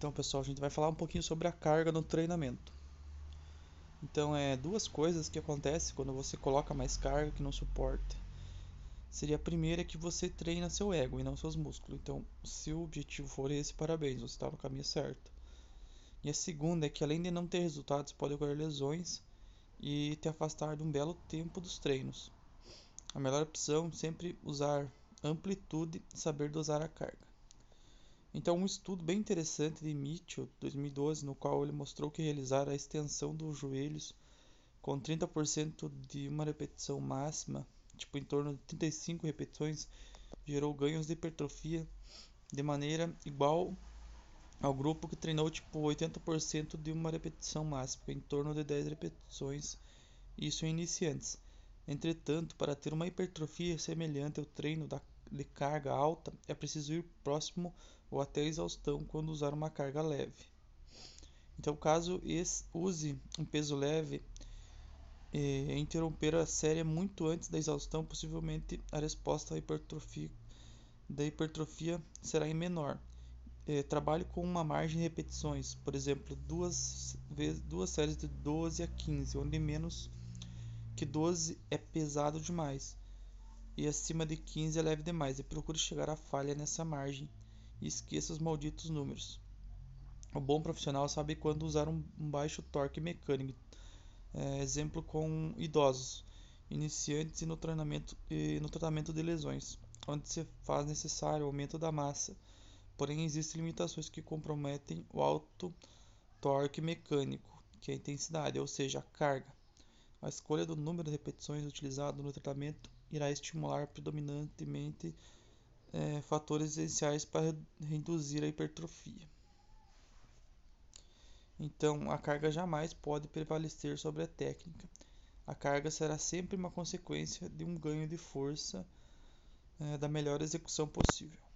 Então, pessoal, a gente vai falar um pouquinho sobre a carga no treinamento. Então, duas coisas que acontecem quando você coloca mais carga que não suporta. Seria a primeira é que você treina seu ego e não seus músculos. Então, se o objetivo for esse, parabéns, você está no caminho certo. E a segunda é que além de não ter resultados, pode ocorrer lesões e te afastar de um belo tempo dos treinos. A melhor opção é sempre usar amplitude e saber dosar a carga. Então, um estudo bem interessante de Mitchell, 2012, no qual ele mostrou que realizar a extensão dos joelhos com 30% de uma repetição máxima, tipo em torno de 35 repetições, gerou ganhos de hipertrofia de maneira igual ao grupo que treinou tipo 80% de uma repetição máxima, em torno de 10 repetições, isso em iniciantes. Entretanto, para ter uma hipertrofia semelhante ao treino de carga alta, é preciso ir próximo ou até a exaustão quando usar uma carga leve. Então, caso use um peso leve e interromper a série muito antes da exaustão, possivelmente a resposta da hipertrofia será em menor. Trabalhe com uma margem de repetições, por exemplo, duas séries de 12 a 15, onde menos que 12 é pesado demais e acima de 15 é leve demais, e procure chegar à falha nessa margem e esqueça os malditos números. O bom profissional sabe quando usar um baixo torque mecânico, exemplo com idosos, iniciantes e no tratamento de lesões, onde se faz necessário o aumento da massa, porém existem limitações que comprometem o alto torque mecânico, que é a intensidade, ou seja, a carga. A escolha do número de repetições utilizado no tratamento irá estimular predominantemente fatores essenciais para reduzir a hipertrofia. Então, a carga jamais pode prevalecer sobre a técnica. A carga será sempre uma consequência de um ganho de força da melhor execução possível.